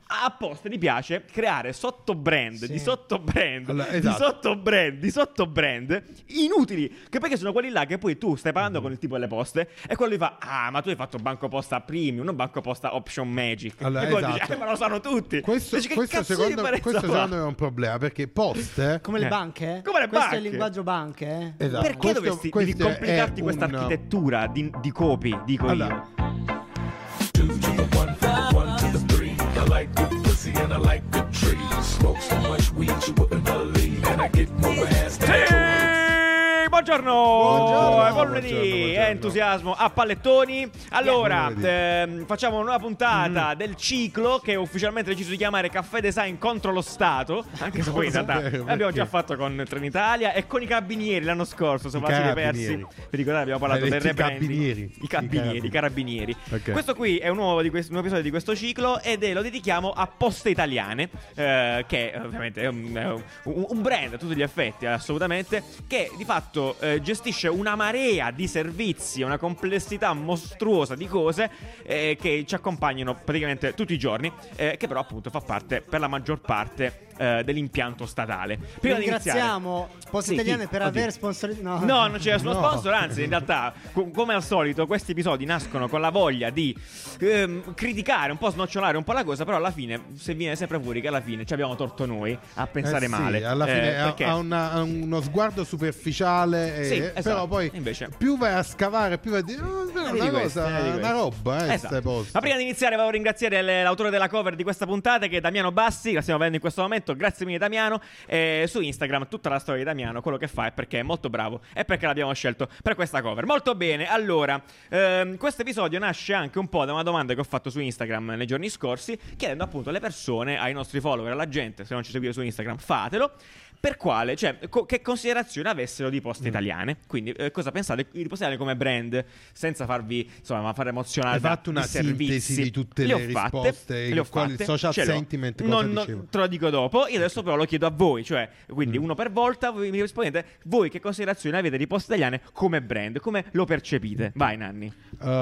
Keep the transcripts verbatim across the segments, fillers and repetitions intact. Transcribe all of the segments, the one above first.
a Poste gli piace creare sottobrand sì. di sottobrand allora, esatto. di sottobrand di sottobrand inutili, che perché sono quelli là che poi tu stai pagando mm. con il tipo delle poste e quello gli fa ah ma tu hai fatto Banco Posta Premium, non Banco Posta Option Magic, allora, e poi esatto. dici eh, ma lo sanno tutti. Questo, Dici, questo, secondo, questo secondo me è un problema, perché Poste come le eh. banche? Come le questo banche. è il linguaggio banche, eh? Esatto. Perché questo, dovresti questo devi complicarti un... questa architettura di, di copi, dico allora. io. Two to the one, from the one to the three. I like good pussy and I like good trees. Smoke so much weed you wouldn't believe, and I get more ass than Sì! Buongiorno, Buongiorno. è lunedì, Buongiorno, buongiorno. è entusiasmo a pallettoni. Allora, Yeah. ehm, facciamo una nuova puntata mm. del ciclo che è ufficialmente deciso di chiamare Caffè Design contro lo Stato. Anche se poi in realtà Perché? l'abbiamo già fatto con Trenitalia e con i carabinieri l'anno scorso. Sono stati persi. Vi ricordate, abbiamo parlato Hai del detto i rebranding. carabinieri. I carabinieri, i carabinieri. Okay. Questo qui è un nuovo, di questo, un nuovo episodio di questo ciclo ed è, lo dedichiamo a Poste Italiane, eh, che ovviamente è un, è un, un brand a tutti gli effetti, assolutamente, che di fatto eh, gestisce una marea di servizi, una complessità mostruosa di cose eh, che ci accompagnano praticamente tutti i giorni, eh, che però appunto fa parte per la maggior parte eh, dell'impianto statale. Prima Ringraziamo di iniziare, Poste sì, Italiane chi? per Oddio. aver sponsorizzato. No, non c'è nessuno No. sponsor, anzi in realtà co- come al solito questi episodi nascono con la voglia di ehm, criticare, un po' snocciolare un po' la cosa, però alla fine se viene sempre fuori che alla fine ci abbiamo torto noi a pensare Eh sì, male. alla fine eh, ha, perché... ha una- ha uno sguardo superficiale, e- Sì, esatto. però poi Invece- più vai a scavare, più vai a dire oh, però Vedi una questo, cosa, vedi una questo. roba, eh, Esatto. ste poste. Ma prima di iniziare volevo ringraziare l- l'autore della cover di questa puntata, che è Damiano Bassi, la stiamo vedendo in questo momento. Grazie mille Damiano. E su Instagram tutta la storia di Damiano, quello che fa è perché è molto bravo e perché l'abbiamo scelto per questa cover. Molto bene. Allora, ehm, questo episodio nasce anche un po' da una domanda che ho fatto su Instagram nei giorni scorsi, chiedendo appunto alle persone, ai nostri follower, alla gente, se non ci seguite su Instagram fatelo, per quale, cioè co- che considerazione avessero di Poste Italiane. Quindi eh, cosa pensate di Poste Italiane come brand, senza farvi insomma far emozionare. Hai fatto una sintesi di tutte le, ho fatte, risposte, le ho qual- fatte, il social ce l'ho. sentiment cosa non, diceva? non te lo dico dopo. Io adesso però lo chiedo a voi, cioè quindi uno per volta voi mi rispondete voi che considerazione avete di Poste Italiane come brand, come lo percepite. Vai Nanni.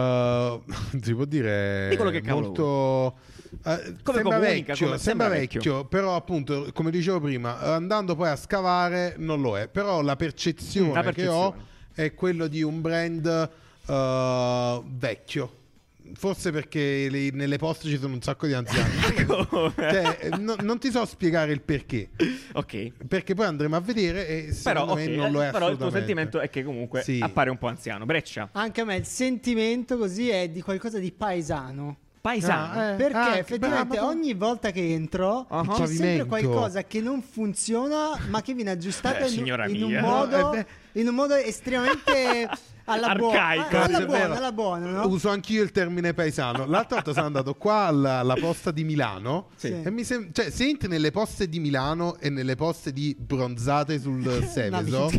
Uh, si può dire Di quello che cavolo molto uh, Come sembra, comunica, vecchio, come- sembra sembra vecchio, vecchio. però appunto come dicevo prima, andando poi a scavare non lo è, però la percezione, Mm, la che percezione. ho è quello di un brand uh, vecchio. Forse perché le- nelle poste ci sono un sacco di anziani. Come? Cioè, no- non ti so spiegare il perché, Ok. perché poi andremo a vedere e Però, secondo ok, me non lo è però il tuo assolutamente. sentimento è che comunque Sì. appare un po' anziano. Breccia. Anche a me il sentimento così è di qualcosa di paesano. Paesano. Ah, eh. Perché Ah, che effettivamente bravo. ogni volta che entro Uh-huh. c'è Il sempre pavimento. qualcosa che non funziona, ma che viene aggiustato Eh, in, signora in un mia. modo, No, eh beh. in un modo estremamente alla buona. Arcaico. Alla Sì, è buona, vero. alla buona, no? Uso anch'io il termine paesano. L'altra volta sono andato qua alla, alla posta di Milano. Sì. E mi sem- cioè, se entri nelle poste di Milano e nelle poste di Bronzate sul Seveso,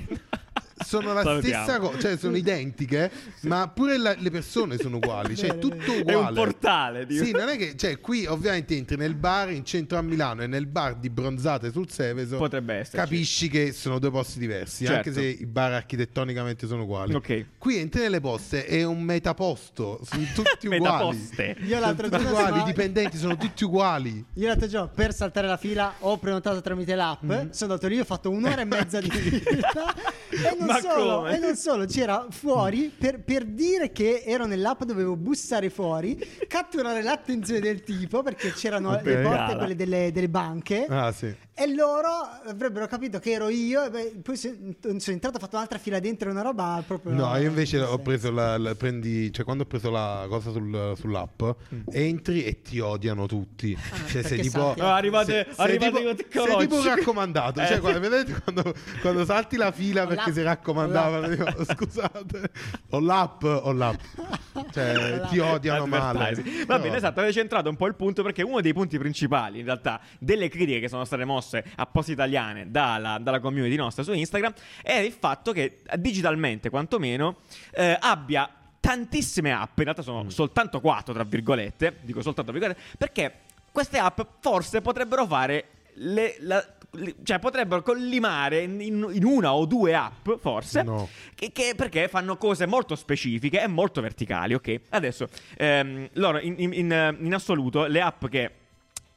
sono la Salutiamo. stessa cosa, cioè sono identiche, ma pure la- le persone sono uguali, cioè è tutto uguale. È un portale. Dico. Sì, non è che, cioè, qui ovviamente entri nel bar in centro a Milano e nel bar di Bronzate sul Seveso, Potrebbe esserci. capisci che sono due posti diversi, Certo. anche se i bar architettonicamente sono uguali. Ok. Qui entri nelle poste, è un metaposto, sono tutti uguali. Metaposte. Io l'altro Tutti giorno uguali, i sono- dipendenti sono tutti uguali. Io l'altro giorno per saltare la fila ho prenotato tramite l'app, Mm-hmm. sono andato lì, ho fatto un'ora e mezza di fila e non Ma solo, come? e non solo, c'era fuori per, per dire che ero nell'app dovevo bussare fuori, catturare l'attenzione del tipo perché c'erano Ok. le porte Gara. quelle delle, delle banche. Ah, sì. E loro avrebbero capito che ero io e beh, poi se- sono entrato, ho fatto un'altra fila dentro una roba proprio... No, io invece ho Sì. preso la, la- prendi, cioè quando ho preso la cosa sul- sull'app, entri e ti odiano tutti. Cioè, sei perché tipo, salti. Ah, arrivate- sei- sei arrivate tipo, i sei tecnologici. tipo un raccomandato. Cioè, Eh. quando, vedete quando, quando salti la fila perché l'app, si raccomandavano, dico, scusate, ho l'app, ho l'app. Cioè, ti odiano male. Advertising. Va bene, Però- esatto, avete centrato un po' il punto, perché uno dei punti principali in realtà delle critiche che sono state mosse a Poste Italiane dalla, dalla community nostra su Instagram è il fatto che digitalmente quantomeno eh, abbia tantissime app, in realtà sono Mm. soltanto quattro tra virgolette, dico soltanto virgolette, perché queste app forse potrebbero fare le, la, le- cioè potrebbero collimare in, in una o due app forse, No. che, che- perché fanno cose molto specifiche e molto verticali, ok? Adesso ehm, loro in, in- in- in assoluto le app che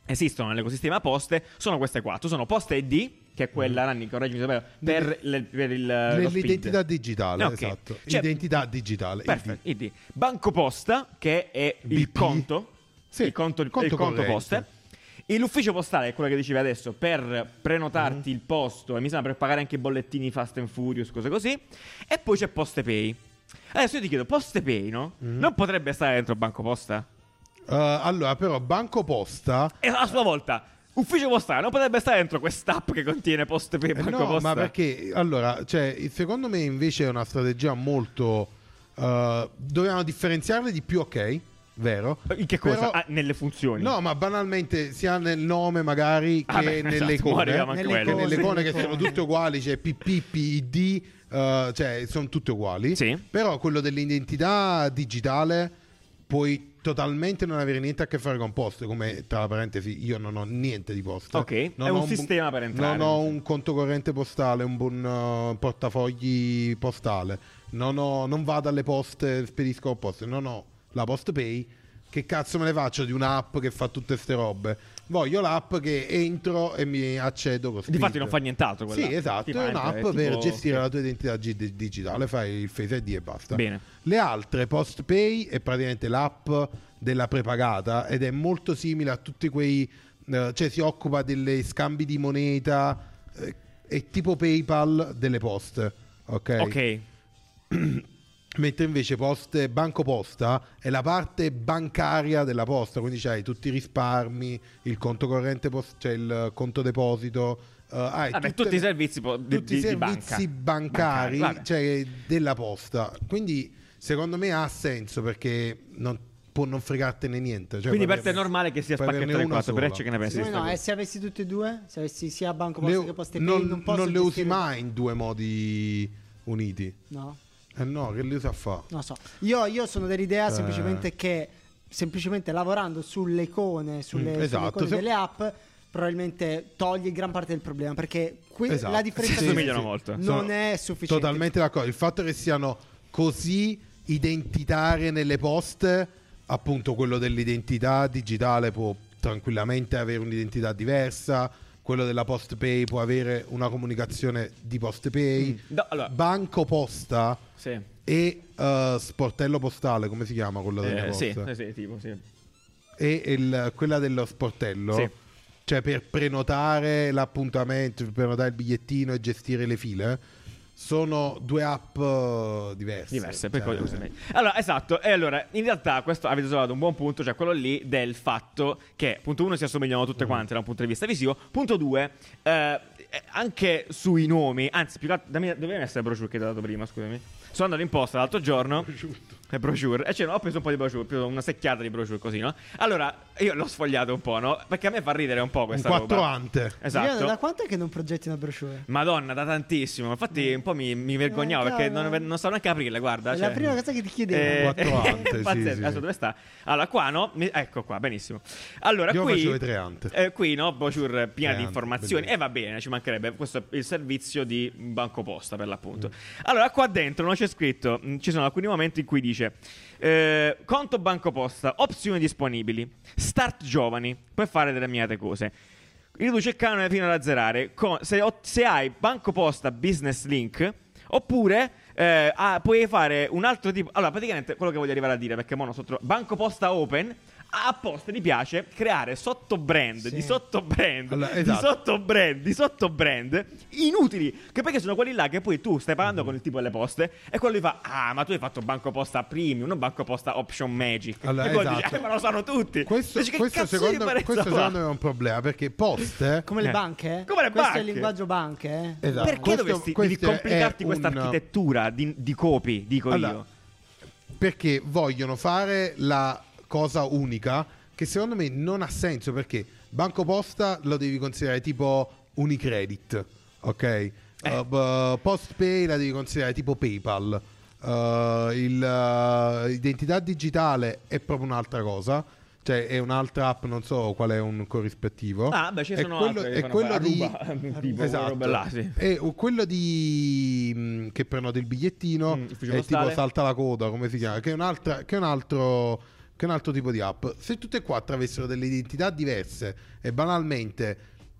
esistono nell'ecosistema Poste sono queste quattro. Sono Poste I D, che è quella, Nanni, correggimi se sbaglio, per, le, per il lo l'identità speed. digitale, Ok. esatto. Cioè- Identità digitale. Perfetto, I D. Banco Posta, che è il B P. conto, Sì, il conto, il conto il conto corrente. Poste. E l'ufficio postale è quello che dicevi adesso, per prenotarti Mm. il posto, e mi sembra per pagare anche i bollettini Fast and Furious, cose così. E poi c'è PostePay. Adesso io ti chiedo, PostePay, no? Mm. Non potrebbe stare dentro Banco Posta? Uh, allora, però, Banco Posta. E a sua volta, ufficio postale non potrebbe stare dentro quest'app che contiene PostePay e Eh, Banco no, Posta? ma perché allora, cioè, secondo me invece è una strategia molto. Uh, dovevano differenziarle di più, ok? Vero? In che cosa? Però- Ah, nelle funzioni. No, ma banalmente sia nel nome magari che Ah, beh, nelle esatto, icone. arriviamo anche Nelle quello. Che nelle Sì, icone che nelle sono icone. tutte uguali, c'è P P, P I D, uh, cioè sono tutte uguali. Sì. Però quello dell'identità digitale puoi totalmente non avere niente a che fare con Poste, come tra parentesi io non ho niente di Poste. Ok, Non è ho un bu- sistema per entrare. Non ho un conto corrente postale, un buon uh, portafogli postale. Non, ho, non vado alle poste, spedisco a poste. Non ho la PostPay. Che cazzo me ne faccio di un'app che fa tutte ste robe? Voglio l'app che entro e mi accedo così. Difatti non fa nient'altro quella. Sì, esatto, è Effettivamente, un'app è per tipo- gestire la tua identità gi- digitale, fai il Face I D e basta. Bene. Le altre, PostPay è praticamente l'app della prepagata ed è molto simile a tutti quei, eh, cioè si occupa delle scambi di moneta, eh, è tipo PayPal delle poste, ok? Ok. Mentre invece Poste, Banco Posta è la parte bancaria della posta, quindi c'hai tutti i risparmi, il conto corrente, post- cioè il conto deposito, eh, hai Vabbè, tutte tutti i le- servizi po- di, tutti di- i di servizi banca. bancari, vabbè. cioè della posta. Quindi secondo me ha senso perché non può non fregartene niente. Cioè, Quindi puoi per te è averne- normale che sia puoi averne spacchettato in una quattro, sola. Breccia, che ne pensi? Come di no, sta e cosa? se avessi tutti e due? Se avessi sia Banco Le- Posta che Poste Pay, non, non posso non le usi gestire- mai in due modi uniti. No, Eh no, che li usa a fa? non lo so. Io, io sono dell'idea Eh. semplicemente che semplicemente lavorando sulle icone, sulle, Mm, sulle esatto, icone se- delle app, probabilmente togli gran parte del problema, perché que- Esatto. la differenza Si somigliano molto. non Sono è sufficiente. Totalmente d'accordo. Il fatto che siano così identitarie nelle poste, appunto quello dell'identità digitale può tranquillamente avere un'identità diversa, quello della PostPay può avere una comunicazione di PostPay. Mm. No, allora- Banco Posta Sì. e uh, sportello postale, come si chiama quello delle Eh, sì, poste? sì, sì, tipo, sì. E il- quella dello sportello, Sì. cioè per prenotare l'appuntamento, per prenotare il bigliettino e gestire le file, sono due app eh, diverse. Diverse, per Cioè, cose così. Allora, esatto, e allora, in realtà questo avete trovato un buon punto, cioè quello lì del fatto che, punto uno, si assomigliano tutte quante da un punto di vista visivo, punto due, eh, anche sui nomi, anzi, più che altro, dammi- dove è essere brochure che ti ho dato prima, scusami? Sono andato in posta l'altro giorno, le brochure, e cioè, ho preso un po' di brochure, ho preso una secchiata di brochure così, no? Allora, io l'ho sfogliato un po', no? Perché a me fa ridere un po' un questa quattro roba. ante. Esatto. Giuliano, da quanto è che non progetti una brochure? Madonna, da tantissimo. Infatti, un po' mi, mi vergognavo Eh, perché cavolo. non, non so neanche aprirle. Guarda, È cioè- la prima cosa che ti chiedevo. Eh, Quattro ante, sì, pazzesco. sì. Adesso dove sta? Allora, qua no. Mi- ecco qua, benissimo. Allora, Io qui. facevo i tre ante. eh, qui no, brochure piena Tre di ante, informazioni. bellissimo. E va bene, ci mancherebbe. Questo è il servizio di Banco Posta, per l'appunto. Mm. Allora, qua dentro non c'è scritto. mh, Ci sono alcuni momenti in cui dice: eh, conto Banco Posta, opzioni disponibili. Start giovani, puoi fare determinate cose. Riduce il canone fino ad azzerare. Con- se, ho- se hai Banco Posta Business Link, oppure eh, ah, puoi fare un altro tipo. Allora, praticamente quello che voglio arrivare a dire, perché mo non so tro- Banco Posta Open. Apposta mi piace creare sottobrand Sì. di sottobrand Allora, di esatto. sottobrand di sottobrand inutili, che perché sono quelli là che poi tu stai parlando con il tipo delle poste e quello gli fa: ah, ma tu hai fatto Banco Posta Premium, non Banco Posta Option Magic. Allora, e poi esatto. dici: eh, ma lo sanno tutti. Questo, Dici, che questo cazzo di secondo, differenza questo fa? secondo me è un problema perché poste Come le Eh. banche? Come le Questo banche. è il linguaggio banche, eh? Esatto. Perché Questo- dovresti questo devi complicarti è questa un- architettura di, di copy, dico Allora, io. perché vogliono fare la cosa unica che secondo me non ha senso perché Banco Posta lo devi considerare tipo Unicredit, ok? Uh, b- PostPay la devi considerare tipo PayPal. Uh, il, uh, identità digitale è proprio un'altra cosa, cioè è un'altra app, non so qual è un corrispettivo. Ah, beh, ci È sono quello, altre che è fanno quello fare di Aruba, tipo esatto. robe là, sì. E quello di mh, che prenota il bigliettino Mm, ufficio è postale. tipo salta la coda, come si chiama? Che è un'altra che è un altro che è un altro tipo di app. Se tutte e quattro avessero delle identità diverse e banalmente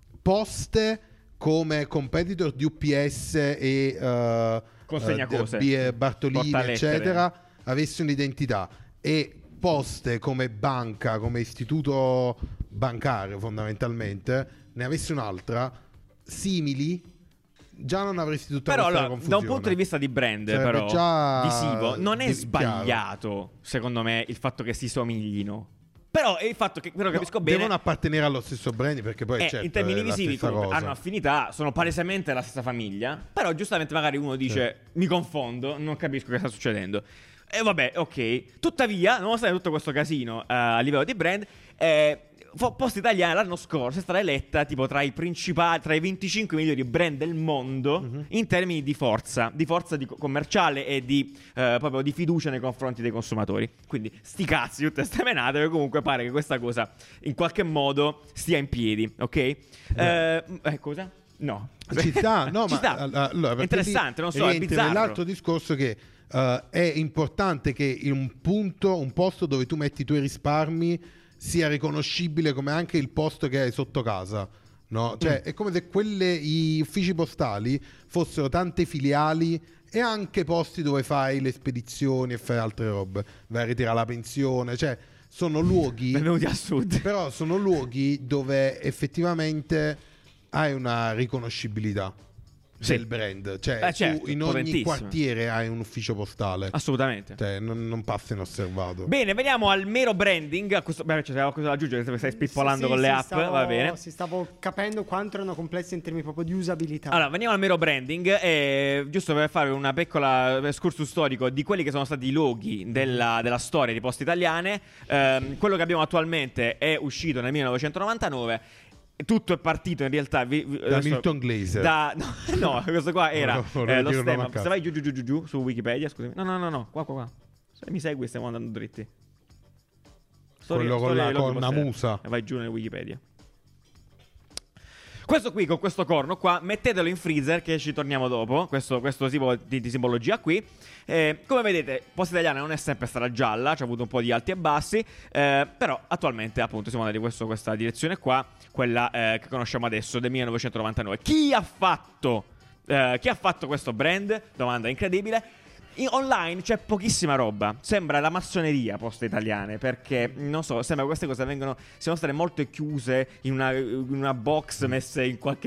poste come competitor di U P S e uh, Consegna uh, cose, B- Bartolini porta lettere, eccetera, avessero un'identità, e poste come banca, come istituto bancario fondamentalmente, ne avesse un'altra simili, già non avresti tutta Però questa allora, da confusione. un punto di vista di brand, Sarebbe però già visivo, non è di- sbagliato secondo me il fatto che si somiglino. Però è il fatto che però No, capisco bene devono appartenere allo stesso brand, perché poi eh, certo, in termini è la visivi stessa comunque cosa. hanno affinità, sono palesemente la stessa famiglia. Però giustamente magari uno dice mi confondo, non capisco che sta succedendo. E vabbè, ok. Tuttavia, nonostante tutto questo casino uh, a livello di brand, eh, Posta Italiana l'anno scorso è stata eletta tipo tra i principali, tra i venticinque migliori brand del mondo Mhm. in termini di forza, di forza di co- commerciale e di eh, proprio di fiducia nei confronti dei consumatori. Quindi sti cazzi, tutte ste menate, perché comunque pare che questa cosa in qualche modo stia in piedi, ok? Eh, eh, cosa? No. Ci sta, no, Ci ma sta. allora, perché Interessante, lì non so, è rientra bizzarro. nell'altro discorso che eh, è importante che in un punto, un posto dove tu metti i tuoi risparmi sia riconoscibile come anche il posto che hai sotto casa, no? Cioè Mm. è come se quelle, gli uffici postali fossero tante filiali e anche posti dove fai le spedizioni e fai altre robe, vai a ritirare la pensione, cioè sono luoghi Benvenuti al sud. però sono luoghi dove effettivamente hai una riconoscibilità Sì. del brand, cioè Eh, certo, tu in ogni potentissimo. quartiere hai un ufficio postale, Assolutamente. cioè non, non passa inosservato. Bene, veniamo al mero branding. A questo, beh, c'è qualcosa da aggiungere, se stai spippolando Sì, con sì, le sì, app, stavo- va bene. Si stavo capendo quanto erano complessi in termini proprio di usabilità. Allora, veniamo al mero branding, eh, giusto per fare una piccola excursus storico di quelli che sono stati i loghi della, della storia di Poste Italiane. Ehm, quello che abbiamo attualmente è uscito nel millenovecentonovantanove. Tutto è partito in realtà vi- vi- Da adesso- Milton Glaser. da, no, no, questo qua era No, vorrei eh, lo dire un nome stemma. a caso. Se vai giù giù giù giù giù su Wikipedia, scusami. No, no, no, no, qua qua qua. Se mi segui stiamo andando dritti. Storia- Quello con storia la dei loghi corna Poste- musa. e vai giù nel Wikipedia. Questo qui con questo corno qua, mettetelo in freezer che ci torniamo dopo. Questo, questo tipo di, di simbologia qui. Eh, come vedete, Posta Italiana non è sempre stata gialla, c'ha avuto un po' di alti e bassi. eh, però attualmente, appunto, siamo andati in questo- questa direzione qua, quella eh, che conosciamo adesso, del millenovecentonovantanove. Chi ha fatto? eh, chi ha fatto questo brand? Domanda incredibile. In- online c'è pochissima roba. Sembra la massoneria Poste Italiane, perché non so, sembra che queste cose vengono siano state molto chiuse in una, in una box messe in qualche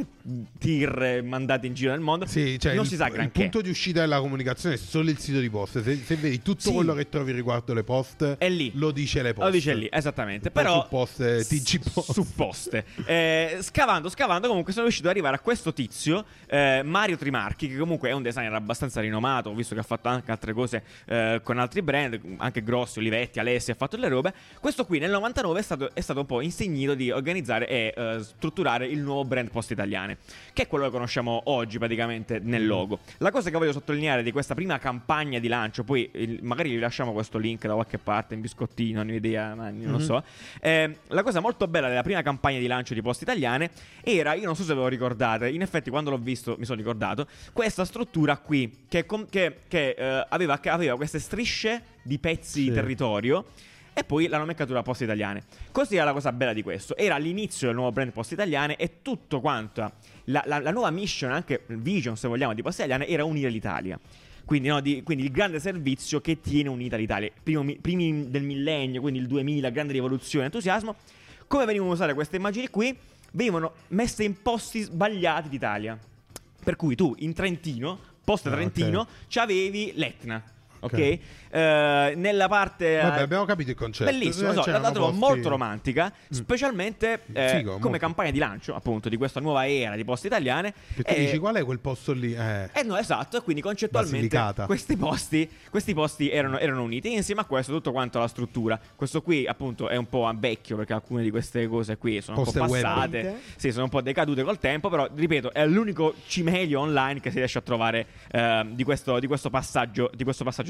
tir mandate in giro nel mondo. Sì, cioè non il, si sa il granché. punto di uscita della comunicazione è solo il sito di Poste. Se, se vedi tutto Sì. quello che trovi riguardo le poste, È lì. lo dice le Poste. Lo dice lì, esattamente. Poi Però su Poste, T G Poste. su Poste. Eh, scavando, scavando, comunque sono riuscito ad arrivare a questo tizio, eh, Mario Trimarchi, che comunque è un designer abbastanza rinomato, visto che ha fatto anche altre cose eh, con altri brand, anche grossi, Olivetti, Alessi, ha fatto delle robe. Questo qui nel novantanove è stato, è stato un po' insignito di organizzare e eh, strutturare il nuovo brand Poste Italiane, che è quello che conosciamo oggi praticamente nel logo. La cosa che voglio sottolineare di questa prima campagna di lancio, poi il- magari vi lasciamo questo link da qualche parte in biscottino, non ho idea, ma non lo so. Eh, la cosa molto bella della prima campagna di lancio di Poste Italiane era, io non so se ve lo ricordate, in effetti quando l'ho visto mi sono ricordato, questa struttura qui che, com- che- che, eh, aveva, che aveva queste strisce di pezzi di Sì. territorio e poi la nomenclatura Poste Italiane. Così era la cosa bella di questo. Era l'inizio del nuovo brand Poste Italiane e tutto quanto la, la- la nuova mission, anche vision se vogliamo, di Poste Italiane era unire l'Italia. Quindi, no, di- quindi il grande servizio che tiene unita l'Italia. Primo mi- primi del millennio, quindi il duemila, grande rivoluzione, entusiasmo. Come venivano usate queste immagini qui? Venivano messe in posti sbagliati d'Italia. Per cui tu in Trentino, Poste Ah, Trentino, ok. c'avevi l'Etna. Ok? Ok. Eh, nella parte. Vabbè, eh, abbiamo capito il concetto. Bellissimo, Eh, so, la c'erano la trovo posti- molto romantica, specialmente eh, Figo, come molto. campagna di lancio, appunto, di questa nuova era di Poste Italiane. Che tu Eh, dici qual è quel posto lì? Eh. eh no, esatto, e quindi concettualmente Basilicata. questi posti, questi posti erano, erano uniti. E insieme a questo tutto quanto la struttura. Questo qui appunto è un po' a vecchio, perché alcune di queste cose qui sono Poste un po' web. passate. Sì, sono un po' decadute col tempo, però ripeto, è l'unico cimelio online che si riesce a trovare eh, di, questo, di, questo passaggio, di questo passaggio di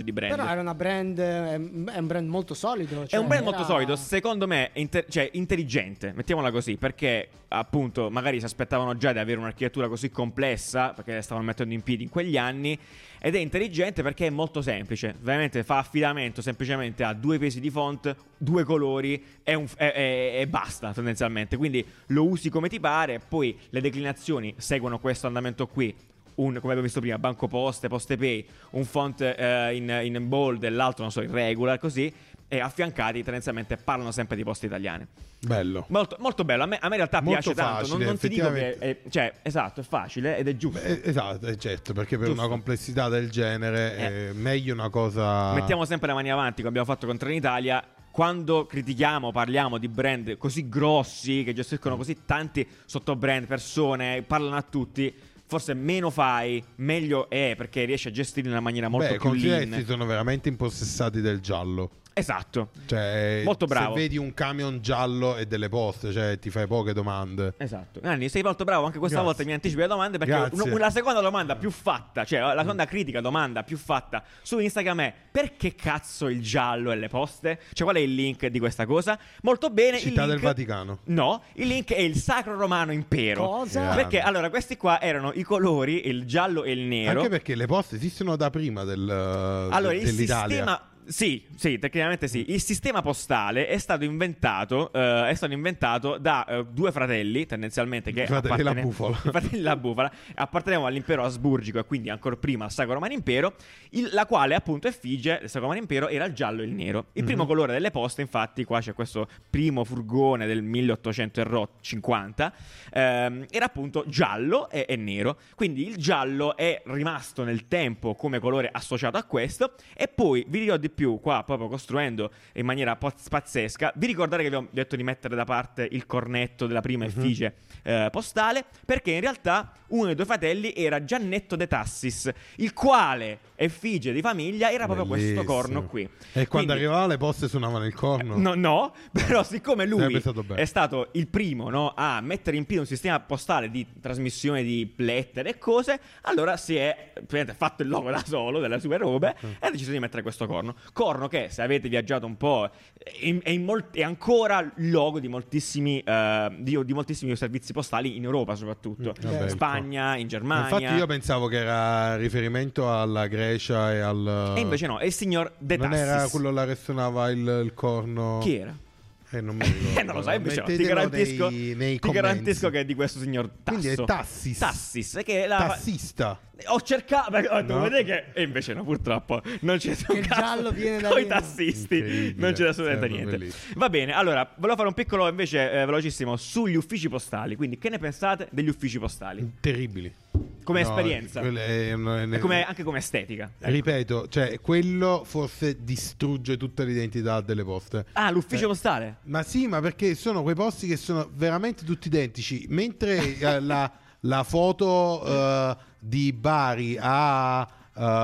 di brand. Però era una brand, è è un brand molto solido. È cioè un brand era- molto solido, secondo me, inter- cioè intelligente, mettiamola così, perché appunto magari si aspettavano già di avere un'architettura così complessa, perché la stavano mettendo in piedi in quegli anni, ed è intelligente perché è molto semplice, veramente fa affidamento semplicemente a due pesi di font, due colori e, un- e- e- e basta tendenzialmente, quindi lo usi come ti pare, poi le declinazioni seguono questo andamento qui. Un, come abbiamo visto prima, Banco Poste, Poste Pay, un font eh, in, in bold e l'altro, non so, in regular, così, e affiancati tendenzialmente parlano sempre di poste italiane. Bello. Molto, molto bello, a me, a me in realtà Molto piace tanto, non, facile, non ti dico che effettivamente. è, cioè, esatto, è facile ed è giusto. Eh, esatto, eh, certo, perché per Giusto. una complessità del genere Eh. è meglio una cosa. Mettiamo sempre le mani avanti, come abbiamo fatto con Trenitalia. Quando critichiamo, parliamo di brand così grossi che gestiscono così tanti sottobrand, persone, parlano a tutti, forse meno fai, meglio è, perché riesci a gestirli in una maniera molto Beh, più considera lean. che sono veramente impossessati del giallo. Esatto. Cioè, Molto bravo. se vedi un camion giallo e delle poste, cioè ti fai poche domande. Esatto. Nanni, sei molto bravo anche questa Grazie. volta, mi anticipi le domande perché Grazie. un- la seconda domanda più fatta, cioè la seconda critica domanda più fatta su Instagram è: perché cazzo il giallo e le poste? Cioè qual è il link di questa cosa? Molto bene, Città il del link... Vaticano. No, il link è il Sacro Romano Impero. Cosa? Perché allora questi qua erano i colori, il giallo e il nero. Anche perché le poste esistono da prima del, Allora, de- il dell'Italia. sistema. Sì, sì, tecnicamente sì. Il sistema postale è stato inventato, eh, è stato inventato da eh, due fratelli, tendenzialmente, che I fratelli appartene- la bufala. I fratelli la bufala, appartenevano all'impero asburgico e quindi ancora prima al Sacro Romano Impero, il- la quale appunto effigie del Sacro Romano Impero era il giallo e il nero. Il primo colore delle poste, infatti, qua c'è questo primo furgone del milleottocentocinquanta, ehm, era appunto giallo e, e nero. Quindi il giallo è rimasto nel tempo come colore associato a questo. E poi vi dirò di più, qua proprio costruendo in maniera paz- pazzesca, vi ricordate che vi ho detto di mettere da parte il cornetto della prima effigie eh, postale, perché in realtà uno dei due fratelli era Giannetto de Tassis, il quale effigie di famiglia era proprio questo Bellissimo. corno qui. E quando Quindi- arrivava le poste suonavano il corno. No, no, però siccome lui Sarebbe stato bello. è stato il primo, no, a mettere in piedi un sistema postale di trasmissione di lettere e cose, allora si è praticamente fatto il logo da solo delle super robe Mm. e ha deciso di mettere questo corno. Corno che, se avete viaggiato un po', è, in- è in molti- è ancora il logo di moltissimi, eh, di, di moltissimi servizi postali in Europa soprattutto. Mm, vabbè, in Spagna, in Germania. Infatti io pensavo che era riferimento alla Grecia e al... E invece no, è il signor De Non Tassis. era quello là che suonava il, il corno. Chi era? Eh, non mi ricordo. Eh, non lo sai, invece no. ti Mettetelo garantisco, nei, nei ti commenti. garantisco che è di questo signor Tasso. Quindi è Tassis. Tassis, che è la... Tassista. Ho cercato, perché ho detto, No. vedete che... E invece no, purtroppo non c'è Che il giallo viene da con i lì. tassisti. Incredibile, Non c'è assolutamente sembra niente. bellissimo. Va bene, allora, volevo fare un piccolo invece eh, velocissimo sugli uffici postali. Quindi, che ne pensate degli uffici postali? Terribili. Come No, esperienza? quello è- è- E come- anche come estetica. Ecco. Ripeto, cioè quello forse distrugge tutta l'identità delle poste. Ah, l'ufficio Eh, postale? Ma sì, ma perché sono quei posti che sono veramente tutti identici. Mentre eh, la, la foto eh, di Bari a, eh,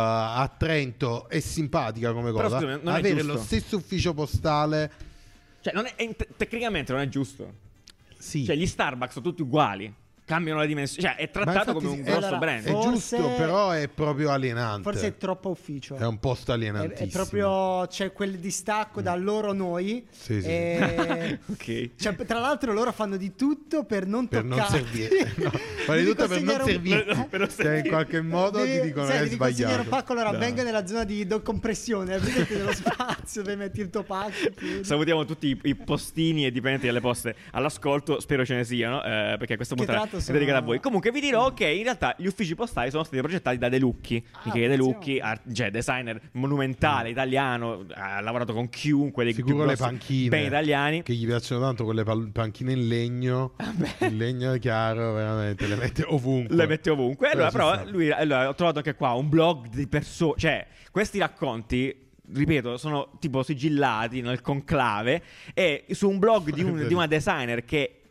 a Trento è simpatica come Però, cosa, scusami, non è avere giusto. lo stesso ufficio postale, Cioè, non è, è- tecnicamente non è giusto. sì. Cioè, gli Starbucks sono tutti uguali. Cambiano le dimensioni. Cioè, è trattato infatti come sì, un è- grosso allora, brand. è Forse- giusto, però è proprio alienante. Forse è troppo ufficio. È un posto È, alienantissimo. è proprio c'è quel distacco da loro noi. Sì, sì. E- Ok. cioè, tra l'altro loro fanno di tutto per non Per non toccare. servire. No, fai di Devi tutto per non consegnare un- servire. Per non Cioè, in servire. qualche modo Devi- ti dicono sai, che è devi consegnare un sbagliato. pacco, allora No. venga nella zona di decompressione, vedete dello spazio per metti il tuo pacco. chiudi. Salutiamo tutti i, i postini e dipendenti delle poste all'ascolto, spero ce ne siano, eh, perché questa Che puntata tra l'altro è sono- dedicata a voi. Comunque vi dirò che in realtà gli uffici postali sono stati progettati da De Lucchi. Ah, Michele De attenzione. Lucchi, art- cioè designer monumentale italiano, ha lavorato con chiunque dei Sicuro più le grossi panchine band italiani. che gli piacciono tanto, quelle pal- panchine in legno, in legno chiaro, veramente le mette ovunque. Le mette ovunque. Allora, Però ci però, sta. lui, allora, ho trovato anche qua un blog di persone. Cioè, questi racconti, ripeto, sono tipo sigillati nel conclave. E su un blog di, un- di una designer che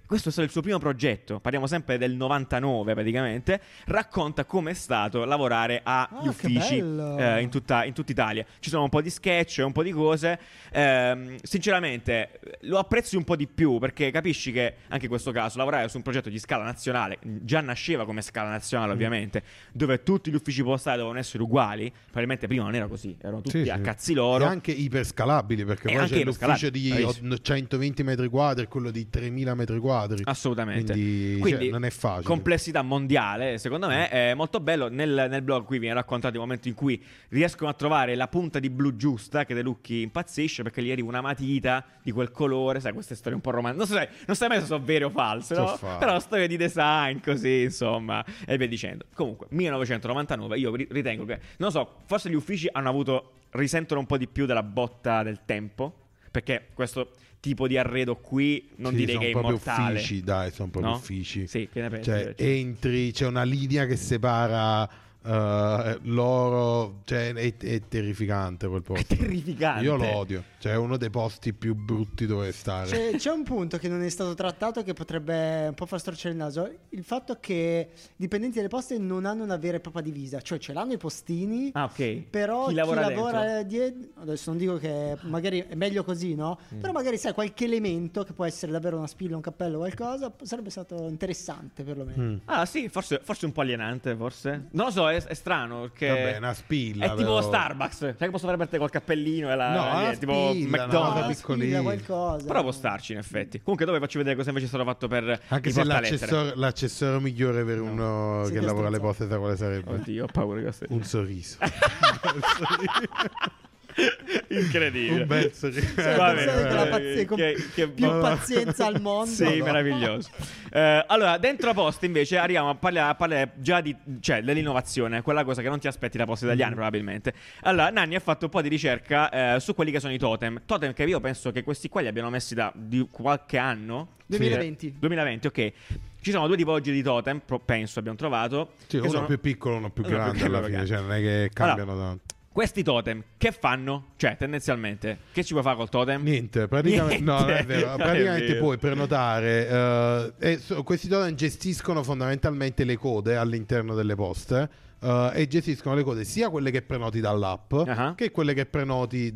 questo è stato il suo primo progetto, parliamo sempre del novantanove praticamente, racconta come è stato lavorare agli Ah, uffici che bello. eh, in, tutta, in tutta Italia. Ci sono un po' di sketch, un po' di cose. Ehm, sinceramente lo apprezzi un po' di più, perché capisci che anche in questo caso lavorare su un progetto di scala nazionale, già nasceva come scala nazionale ovviamente, dove tutti gli uffici postali dovevano essere uguali. Probabilmente prima non era così, erano tutti Sì, a sì. cazzi loro. E anche iperscalabili, perché E poi anche c'è l'ufficio iperscalabili, di bravissimo. o- centoventi metri quadri e quello di tremila metri quadri. Assolutamente. Quindi, cioè, non è facile. Complessità mondiale, secondo me è molto bello. Nel, nel blog qui viene raccontato il momento in cui riescono a trovare la punta di blu giusta, che De Lucchi impazzisce perché gli arriva una matita di quel colore, sai, queste storie un po' romantiche. Non so, sai, non sai mai se sono vere o false, So no? fare. Però storie di design, così, insomma, e via dicendo. Comunque, millenovecentonovantanove, io ri- ritengo che, non so, forse gli uffici hanno avuto, risentono un po' di più della botta del tempo, perché questo tipo di arredo qui non Sì, direi sono che è proprio immortale. uffici, dai, sono proprio No? uffici. Sì, che ne pensi? Cioè, entri, c'è una linea che separa eh, l'oro, cioè è, è terrificante quel posto. È terrificante. Io lo odio, cioè è uno dei posti più brutti dove stare. C'è, c'è un punto che non è stato trattato che potrebbe un po' far storcere il naso. Il fatto che i dipendenti delle poste non hanno una vera e propria divisa. Cioè ce l'hanno i postini, Ah, ok. però Chi chi lavora lavora, dentro? dietro, adesso non dico che magari è meglio così, no? Mm. Però magari sai qualche elemento che può essere davvero una spilla, un cappello, qualcosa, sarebbe stato interessante perlomeno. Mm. Ah, sì, forse, forse un po' alienante, forse. Non lo so, è, è strano perché Vabbè, una spilla. è tipo però. Starbucks. Sai che posso fare per te col cappellino e la No, una eh, tipo spilla, una Ah, cosa McDonald's. piccolina. spilla, qualcosa. Però può starci in effetti. Comunque dopo vi faccio vedere cosa invece è stato fatto per Anche i se portalettere. l'accessor- l'accessorio migliore per uno Sì, che che lavora alle stronzata. poste, sa quale sarebbe? Oddio, ho paura che Un sorriso. incredibile. Un bel sorriso. Sì, Va persone bene, con la va pazi- bene. con Che- che- più va- pazienza al mondo. Sì, No. meraviglioso. Eh, allora, dentro a Poste invece arriviamo a parlare, a parlare già di, cioè, dell'innovazione, quella cosa che non ti aspetti da Poste Italiane probabilmente. Allora, Nanni ha fatto un po' di ricerca eh, su quelli che sono i totem. Totem che io penso che questi qua li abbiano messi da di qualche anno. duemilaventi. duemilaventi, ok. Ci sono due tipologie di totem, pro- penso abbiamo trovato. Sì, che uno sono- più piccolo, uno più Uno più grande piccolo, alla fine, grande. cioè non è che cambiano tanto. Questi totem che fanno? Cioè, tendenzialmente, che ci puoi fare col totem? Niente, praticamente, no, non è vero. Non è Praticamente vero. puoi prenotare. eh, e so- questi totem gestiscono fondamentalmente le code all'interno delle poste. eh, e gestiscono le code sia quelle che prenoti dall'app Ah. che quelle che prenoti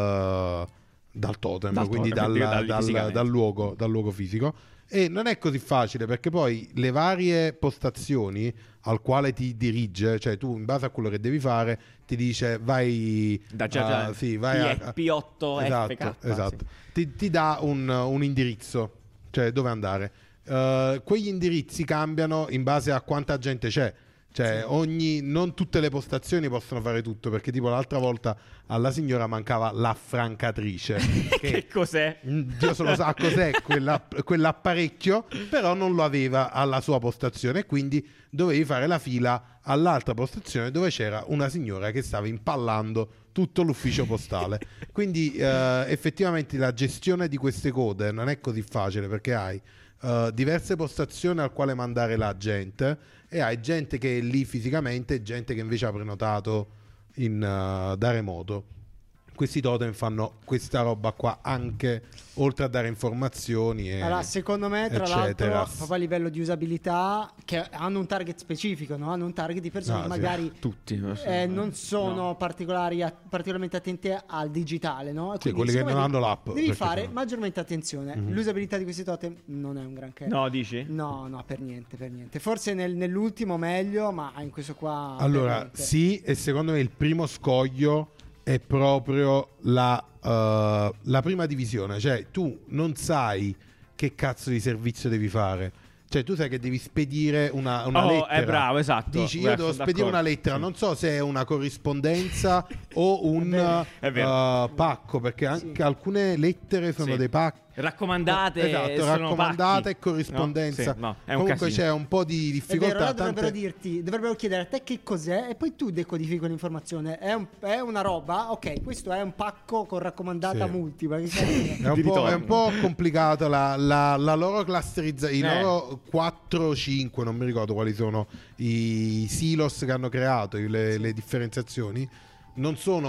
dal, dal totem, Dal quindi totem, dal, quindi dal- dal- fisicamente. dal luogo, dal luogo fisico. E non è così facile perché poi le varie postazioni al quale ti dirige, cioè tu in base a quello che devi fare, ti dice vai Da già già a- sì, vai a, P otto F K. esatto, esatto. sì. Ti, ti dà un, un indirizzo, cioè dove andare. Eh, quegli indirizzi cambiano in base a quanta gente c'è. Cioè, ogni, non tutte le postazioni possono fare tutto, perché tipo l'altra volta alla signora mancava l'affrancatrice. Che che cos'è? Mm, Dio solo sa cos'è quell'app- quell'apparecchio, però non lo aveva alla sua postazione, quindi dovevi fare la fila all'altra postazione dove c'era una signora che stava impallando tutto l'ufficio postale. Quindi eh, effettivamente la gestione di queste code non è così facile, perché hai eh, diverse postazioni al quale mandare la gente e hai gente che è lì fisicamente e gente che invece ha prenotato in, eh, da remoto. Questi totem fanno questa roba qua anche, oltre a dare informazioni e Allora, secondo me, tra eccetera. l'altro, proprio a livello di usabilità, che hanno un target specifico, no? Hanno un target di persone Ah, che sì. magari Tutti. eh, non sono particolari, a- particolarmente attente al digitale, no? E Sì, quindi, quelli che siccome non devi- hanno l'app, Devi perché fare sono- maggiormente attenzione. L'usabilità di questi totem non è un granché. No, dici? No, no, per niente, per niente. Forse nel- nell'ultimo meglio, ma in questo qua... per Allora, niente. sì, e secondo me il primo scoglio è proprio la, eh, la prima divisione. Cioè, tu non sai che cazzo di servizio devi fare. Cioè, tu sai che devi spedire una, una Oh, lettera. è bravo, esatto. Dici, Beh, io devo sono spedire d'accordo. una lettera. Sì. Non so se è una corrispondenza o un È vero. È vero. eh, pacco, perché anche alcune lettere sono Sì. dei pacchi. Raccomandate, Esatto, sono raccomandate pacchi. e corrispondenza. No? Sì, no, è un Comunque casino. c'è un po' di È vero, difficoltà. allora dovrebbero tante- dirti, dovrebbero chiedere a te che cos'è e poi tu decodifichi l'informazione. È, un- è una roba, ok, questo è un pacco con raccomandata Sì. multipla. Che cazzo è? È un, Di po', ritorno. è un po' complicato la, la- la loro clusterizzazione. I Eh. loro quattro o cinque, non mi ricordo quali sono i silos che hanno creato, le, le differenziazioni. Non sono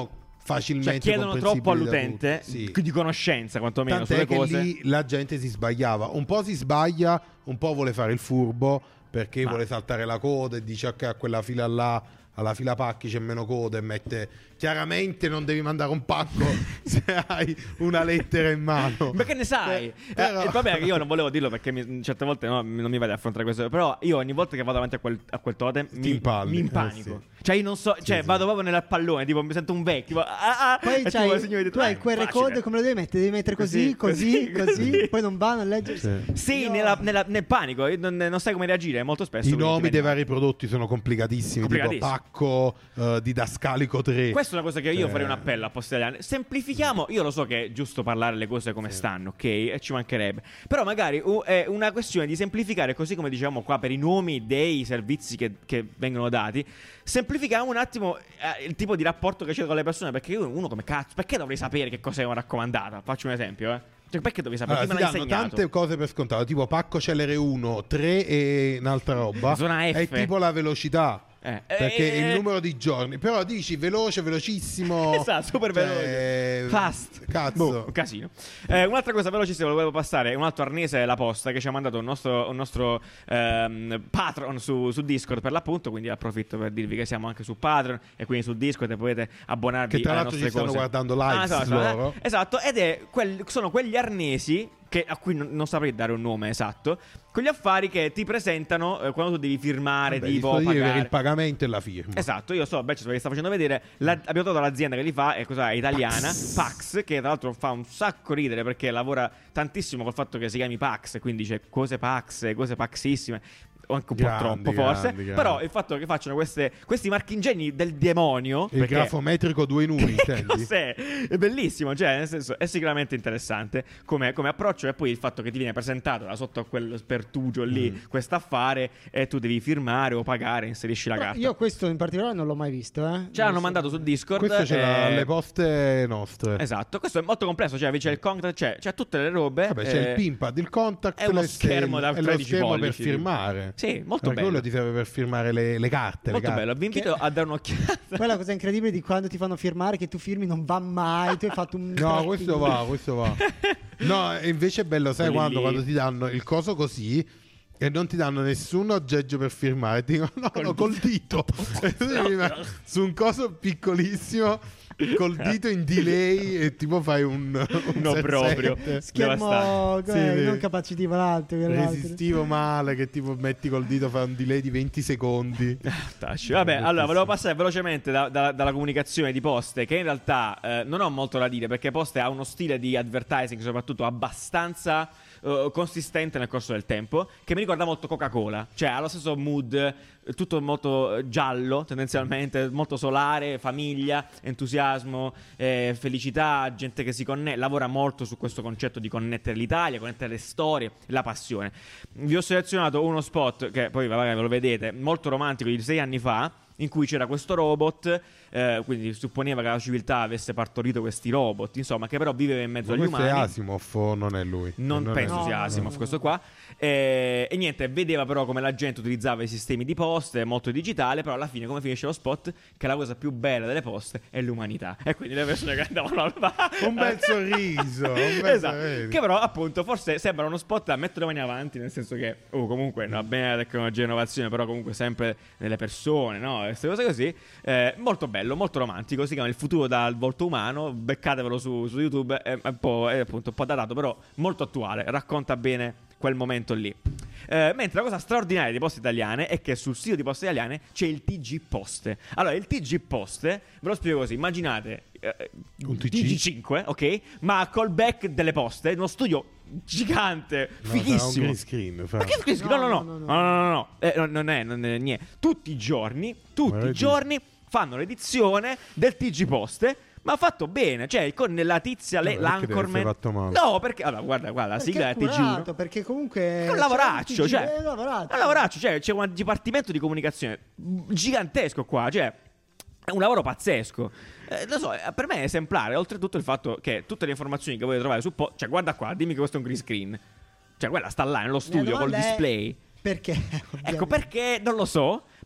facilmente cioè chiedono troppo comprensibili da all'utente, tutti. Sì. di conoscenza quantomeno Tant'è sulle che cose. lì la gente si sbagliava. Un po' si sbaglia, un po' vuole fare il furbo perché Ma- vuole saltare la coda e dice ok, a quella fila là, alla fila pacchi c'è meno coda e mette... Chiaramente non devi mandare un pacco se hai una lettera in mano. Ma che ne sai? Eh, però- Eh, il problema è che io non volevo dirlo perché mi- certe volte no, mi- non mi vado a affrontare questo. Però io ogni volta che vado davanti a quel, a quel totem mi, impalli, mi eh, impanico. sì. Cioè io non so, cioè sì. vado proprio nel pallone, tipo mi sento un vecchio. Tipo, ah, ah, Poi e c'hai, tipo il signore di- tu hai il eh, Q R facile. code, come lo devi mettere? Devi mettere così, Così, così, così, così, così. poi non va, non legge. Sì. Sì, Io- nella- nella- nel panico, io non, non sai come reagire molto spesso. I quindi nomi ti dei metti- vari prodotti sono complicatissimi, tipo Complicatissimi. pacco eh, didascalico tre. Questa è una cosa che io Cioè- farei un appello a Poste Italiane. Semplifichiamo, io lo so che è giusto parlare le cose come stanno, ok? E ci mancherebbe. Però magari uh, è una questione di semplificare, così come diciamo qua per i nomi dei servizi che, che vengono dati. Semplifichiamo un attimo eh, il tipo di rapporto che c'è con le persone. Perché io, uno come cazzo, perché dovrei sapere che cosa è una raccomandata? Faccio un esempio, eh. Cioè, perché dovrei sapere? Allora, Chi ti me l'ha danno insegnato? tante cose per scontato, tipo pacco Celere uno, tre e un'altra roba. Zona F. È tipo la velocità. Eh, Perché eh, il numero di giorni. Però dici veloce, velocissimo. Esatto, super Cioè, veloce. Fast. Cazzo. Boh, un casino. Eh, un'altra cosa velocissima che volevo passare. Un altro arnese La Posta che ci ha mandato un nostro, un nostro ehm, patron su, su Discord per l'appunto. Quindi approfitto per dirvi che siamo anche su Patreon e quindi su Discord e potete abbonarvi Che tra alle l'altro nostre ci stanno cose. guardando live Ah, esatto, esatto, loro. eh, esatto, ed è quel- sono quegli arnesi che, a cui non, non saprei dare un nome esatto. Quegli affari che ti presentano eh, quando tu devi firmare, Vabbè, tipo gli sto dire per pagare. il pagamento e la firma. Esatto, io so, Beccio, perché sta facendo vedere. La, abbiamo trovato l'azienda che li fa, è, cosa, è italiana, Pax. Pax, che tra l'altro fa un sacco ridere perché lavora tantissimo col fatto che si chiami Pax, quindi c'è cose Pax, cose Paxissime. O anche un Grandi, po' troppo, grandi, forse. grandi. Però il fatto che facciano queste, questi marchingegni del demonio. Il perché- grafometrico due in uno, intendi? Cos'è? È bellissimo, cioè, nel senso, è sicuramente interessante come, come approccio. E poi il fatto che ti viene presentato da sotto a quel spertugio lì, Mm. questo affare, e tu devi firmare o pagare, inserisci la Però carta. io questo in particolare non l'ho mai visto, eh. Ce l'hanno Non so. mandato su Discord. Questo ce l'ha eh, alle poste nostre. Esatto, questo è molto complesso. Cioè, c'è il contact, c'è, c'è tutte le robe. Vabbè, c'è eh, il pinpad, il contact, è uno le schermo da e lo tredici schermo per pollici. firmare. Sì, molto Perché bello. quello ti serve per firmare le, le carte. Molto le carte. bello. Vi invito a dare un'occhiata. Poi la cosa incredibile di quando ti fanno firmare che tu firmi non va mai, tu hai fatto un No, questo va, questo va. No, e invece è bello, sai Quelli quando, lì. quando ti danno il coso così e non ti danno nessun aggeggio per firmare, ti dicono no, Col no, col dito. E tu devi mettere su un coso piccolissimo col dito in delay e tipo fai un, un No, set proprio. set schermo Devastante. com'è? Sì, sì. non capacitivo l'altro, quell'altro. resistivo male che tipo metti col dito fa un delay di venti secondi. Tacci. Vabbè, allora volevo passare velocemente da- da- dalla comunicazione di Poste, che in realtà eh, non ho molto da dire perché Poste ha uno stile di advertising soprattutto abbastanza eh, consistente nel corso del tempo, che mi ricorda molto Coca-Cola, cioè ha lo stesso mood, eh, tutto molto eh, giallo tendenzialmente, molto solare, famiglia, entusiasmo, eh, felicità, gente che si connette, lavora molto su questo concetto di connettere l'Italia, connettere le storie, la passione. Vi ho selezionato uno spot che poi magari ve lo vedete, molto romantico di sei anni fa, in cui c'era questo robot, eh, quindi supponeva che la civiltà avesse partorito questi robot, insomma, che però viveva in mezzo Ma agli questo è umani. Asimov o non è lui? Non, è penso lui. sia No, Asimov no, questo no. qua. Eh, e niente, vedeva però come la gente utilizzava i sistemi di poste, molto digitale, però alla fine come finisce lo spot? Che la cosa più bella delle poste è l'umanità. E quindi le persone che andavano al bar. Un bel sorriso, un bel Esatto. sorriso. Che però appunto forse sembra uno spot da mettere le mani avanti, nel senso che oh, comunque va bene la tecnologia e l'innovazione, però comunque sempre nelle persone, no? Queste cose così. Eh, molto bello, molto romantico. Si chiama Il futuro dal volto umano. Beccatevelo su, su YouTube. È, è un po', è appunto un po' datato, però molto attuale. Racconta bene quel momento lì. Eh, mentre la cosa straordinaria di Poste Italiane è che sul sito di Poste Italiane c'è il T G Poste. Allora, il T G Poste, ve lo spiego così: immaginate eh, Un T G? T G cinque, ok? Ma a callback delle poste, uno studio gigante, No, sarà un fighissimo. green screen, fra. Ma che screen screen? No, no, no, No, no, no, no, no, no. Eh, no, non è, non è niente. Tutti i giorni, tutti Ma i vedi? giorni fanno l'edizione del T G Poste. Ma fatto bene, cioè con la tizia, le, No, perché deve l'anchorman. essere fatto male? No, perché allora guarda, guarda, la Perché sigla è è T G curato, uno. perché comunque È un c'è lavoraccio, un T G, cioè. è un lavoraccio. È un lavoraccio, cioè c'è un dipartimento di comunicazione gigantesco qua, cioè è un lavoro pazzesco. Eh, lo so, eh, per me è esemplare, oltretutto il fatto che tutte le informazioni che volete trovare su po- cioè guarda qua, dimmi che questo è un green screen. Cioè quella sta là nello La studio col domanda è display. perché? Ecco perché non lo so,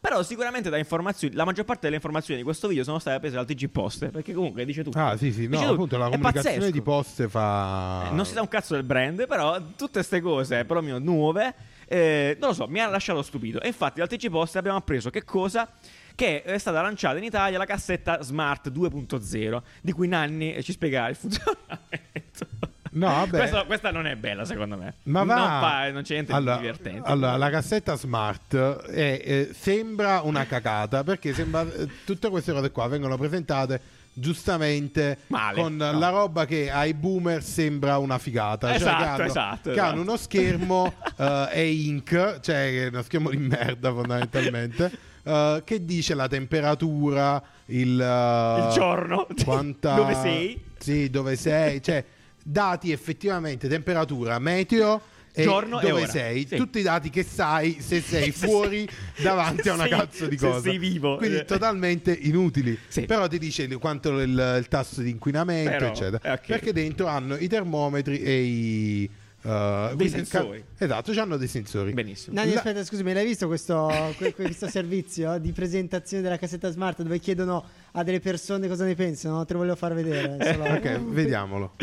Però sicuramente da informazioni, la maggior parte delle informazioni di questo video sono state prese dal T G Poste, perché comunque dice tutto. Ah, sì, sì, no, Dice tutto. appunto la È comunicazione pazzesco. di Poste fa... Eh, non si sa un cazzo del brand, però tutte queste cose, perlomeno nuove, eh, non lo so, mi ha lasciato stupito. E infatti dal T G Poste abbiamo appreso che cosa? Che è stata lanciata in Italia la cassetta Smart due punto zero, di cui Nanni ci spiegherà il funzionamento. No, vabbè. Questa, questa non è bella, secondo me. Ma va... non, fa, non c'è niente allora, di divertente. Allora, la cassetta Smart è, eh, sembra una cacata, perché sembra eh, tutte queste cose qua vengono presentate giustamente Male, con no. la roba che ai boomer sembra una figata. Esatto, cioè che hanno, esatto, che esatto. hanno uno schermo eh, e-ink, cioè uno schermo di merda fondamentalmente, eh, che dice la temperatura, il, eh, Il giorno, quanta... dove sei. Sì, dove sei, cioè dati effettivamente, temperatura, meteo e Giorno e dove ora. sei, Sì. tutti i dati che sai se sei Se fuori sei- davanti se a una sei- cazzo di se cosa. sei vivo. Quindi totalmente inutili. Sì. Però ti dice il- quanto il, il tasso di inquinamento, Però, eccetera. eh, ok. Perché dentro hanno i termometri e i uh, quindi sensori. ca- esatto, hanno dei sensori. Benissimo. Nanni, La- aspetta, scusami, l'hai visto questo, que- questo servizio di presentazione della cassetta Smart dove chiedono a delle persone cosa ne pensano? Te lo volevo far vedere. solo- Ok, vediamolo.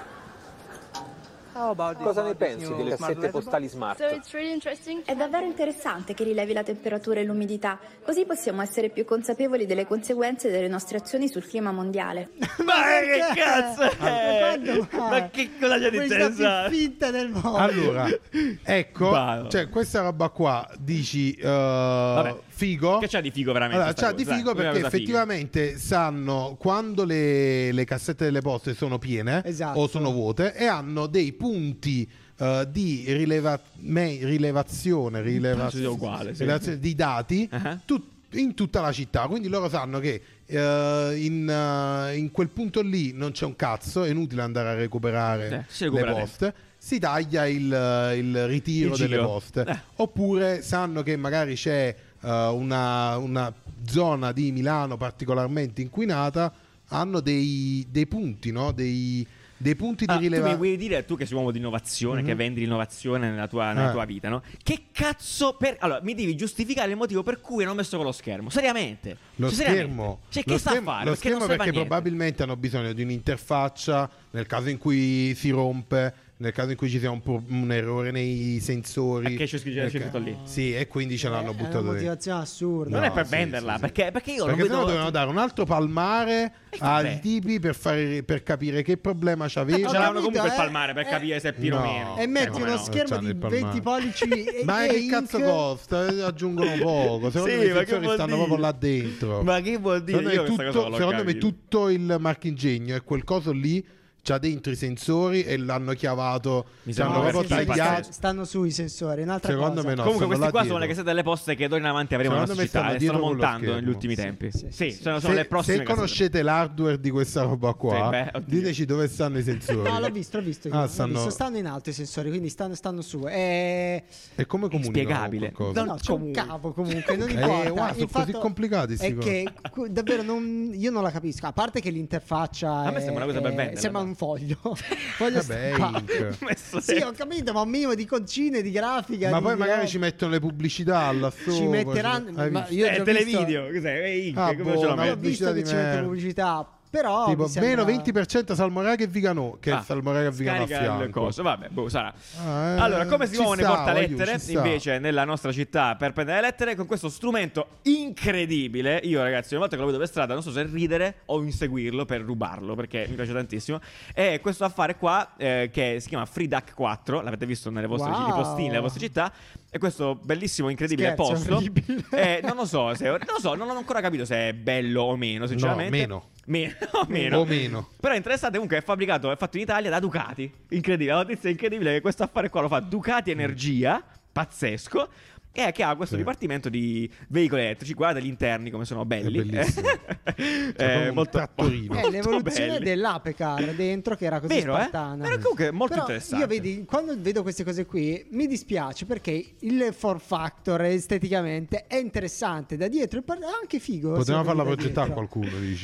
Cosa ne pensi delle cassette postali smart? So it's really interesting. È davvero interessante che rilevi la temperatura e l'umidità, così possiamo essere più consapevoli delle conseguenze delle nostre azioni sul clima mondiale. Ma che cazzo Ma è? quando mai? Ma che cosa c'è di Questa più interessante? finta del mondo. Allora, ecco, Vado. cioè questa roba qua dici uh, figo. Che c'ha di figo veramente? Allora, sta c'ha di cosa? figo Dai, perché una cosa figa. effettivamente sanno quando le, le cassette delle poste sono piene Esatto. o sono vuote e hanno dei punti eh, di rileva- me- rilevazione, rileva- Penso sia uguale, sì. rilevazione di dati Uh-huh. tut- in tutta la città. Quindi loro sanno che eh, in, eh, in quel punto lì non c'è un cazzo, è inutile andare a recuperare Eh, si le recupera poste. Si taglia il, il ritiro Il delle giro. poste. Eh. Oppure sanno che magari c'è uh, una, una zona di Milano particolarmente inquinata, hanno dei, dei punti, no? Dei, dei punti di Ah, tu mi rilevazione. vuoi dire, tu che sei uomo di innovazione, Mhm. che vendi l'innovazione nella tua, nella Eh. tua vita, no? Che cazzo per... Allora, mi devi giustificare il motivo per cui hanno messo quello schermo. Seriamente. Lo Cioè, seriamente. schermo, Cioè, lo che sta schermo- a fare? lo Perché non schermo serve a perché niente. probabilmente hanno bisogno di un'interfaccia nel caso in cui si rompe, nel caso in cui ci sia un, pro- un errore nei sensori. Perché c'è scritto- c'è Nel scritto ca- lì. Sì, e quindi ce l'hanno È buttato una dentro. motivazione assurda. Non è No, per sì, venderla, sì, sì. perché, perché io Perché lo sennò vedo... dovevano dare un altro palmare Eh, vabbè. ai tipi per, fare, per capire che problema c'aveva. Ce l'avevano capito, comunque il eh? palmare per Eh. capire se è pieno o No. meno. E Eh, metti come uno no? schermo c'hanno di il palmare. venti pollici e, Ma e che ink. cazzo costa? Aggiungono poco. Secondo Sì, me i ma che sensori vuol stanno dire? proprio là dentro. Ma che vuol dire? Secondo me, Io questa tutto, cosa non l'ho secondo me capito. tutto il marchingegno è quel coso lì. C'ha dentro i sensori e l'hanno chiavato. Mi Ci hanno sembra No, proprio sì, sì, tagliato. stanno- stanno sui sensori, un'altra Secondo cosa. me no. Comunque stanno questi là qua sono le dietro. cassette delle poste che d'ora in avanti avremo nella Secondo nostra me città stanno e stanno dietro quello montando schermo. negli ultimi tempi. Sì, Sì, sì, sono, sono le Se, prossime se cassette. conoscete l'hardware di questa roba qua, Sì, beh, oddio. diteci dove stanno i sensori. No, l'ho visto, l'ho visto. io, Ah, l'ho stanno- visto. Stanno in alto i sensori, quindi stanno, stanno su. E... E come comunicano Inspiegabile. qualcosa? No, c'è un comunque. cavo comunque, non Eh, importa. guarda, Il sono così fatto complicati sti è cosi. che cu- davvero non, io non la capisco. A parte che l'interfaccia A me è- sembra una cosa per è- venderla, sembra ma- un foglio. Foglio Vabbè, stampato. ink. Messo Sì, dentro. ho capito, ma un minimo di concine, di grafica. Ma di- poi di magari roba. ci mettono le pubblicità là sopra. Ci metteranno. Hai Ma visto? io ho Eh, già televideo, visto- cos'è? È Ink, Ah, come boh, ce lo no, Ma metti? ho visto pubblicità che di ci mette merda. pubblicità. Però Tipo mi sembra- meno venti per cento Salmoreca e Vigano, che è Ah, il Salmoreca e Vigano a scarica il fianco. coso. Vabbè, boh, sarà. Ah, eh, Allora, come si ci muovono i sta, portalettere voglio, ci sta. invece nella nostra città per prendere le lettere con questo strumento incredibile? Io, ragazzi, una volta che lo vedo per strada, non so se ridere o inseguirlo per rubarlo perché mi piace tantissimo. È questo affare qua eh, che si chiama FreeDuck quattro. L'avete visto nelle vostre Wow. i postini nelle vostre città. E questo bellissimo, incredibile Scherzo, posto. orribile. Eh, non lo so, se, non lo so, non ho ancora capito se è bello o meno, sinceramente. meno. Me- o meno. O meno. Però è interessante, comunque è fabbricato, è fatto in Italia da Ducati. Incredibile, la notizia è incredibile che questo affare qua lo fa Ducati Energia, pazzesco. E che ha questo Sì. dipartimento di veicoli elettrici. Guarda gli interni come sono belli. È bellissimo. Eh, come un molto trattorino. È molto l'evoluzione belli. dell'Apecar dentro che era così Vero, eh? spartana. Era comunque molto Però interessante. Io vedi, quando vedo queste cose qui mi dispiace perché il form factor esteticamente è interessante da dietro e par- è anche figo. Potevamo se lo farla vedi da progettare a dietro. qualcuno, dici.